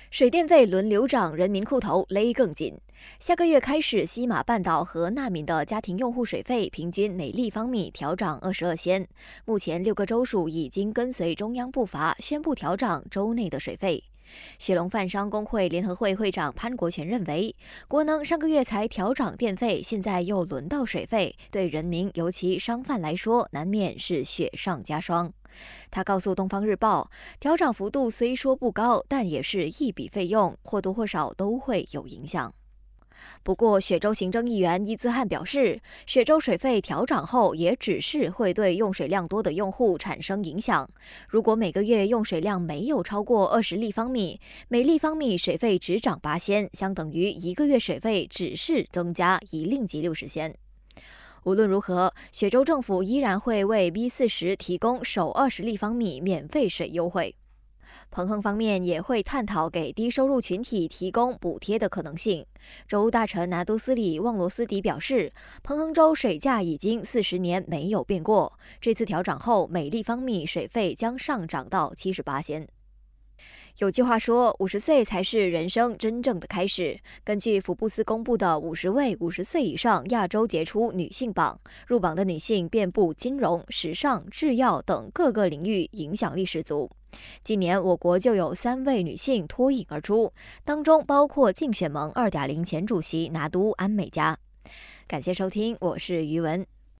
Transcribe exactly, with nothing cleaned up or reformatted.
水电费轮流涨，人民裤头勒更紧。下个月开始，西马半岛和纳闽的家庭用户水费平均每立方米调涨二十二仙。目前六个州属已经跟随中央步伐，宣布调涨州内的水费。雪龙贩商工会联合会会长潘国权认为，国能上个月才调涨电费，现在又轮到水费，对人民尤其商贩来说，难免是雪上加霜。他告诉《东方日报》，调涨幅度虽说不高，但也是一笔费用，或多或少都会有影响。不过，雪州行政议员伊兹汉表示，雪州水费调涨后，也只是会对用水量多的用户产生影响。如果每个月用水量没有超过二十立方米，每立方米水费只涨八仙，相等于一个月水费只是增加一令吉六十仙。无论如何，雪州政府依然会为 B 四十提供首二十立方米免费水优惠。彭亨方面也会探讨给低收入群体提供补贴的可能性。州务大臣拿督斯里旺罗斯迪表示，彭亨州水价已经四十年没有变过，这次调涨后，每立方米水费将上涨到七十八仙。有句话说，五十岁才是人生真正的开始。根据福布斯公布的五十位五十岁以上亚洲杰出女性榜，入榜的女性遍布金融、时尚、制药等各个领域，影响力十足。今年我国就有三位女性脱颖而出，当中包括竞选盟 二点零 前主席拿督安美嘉。感谢收听，我是于文。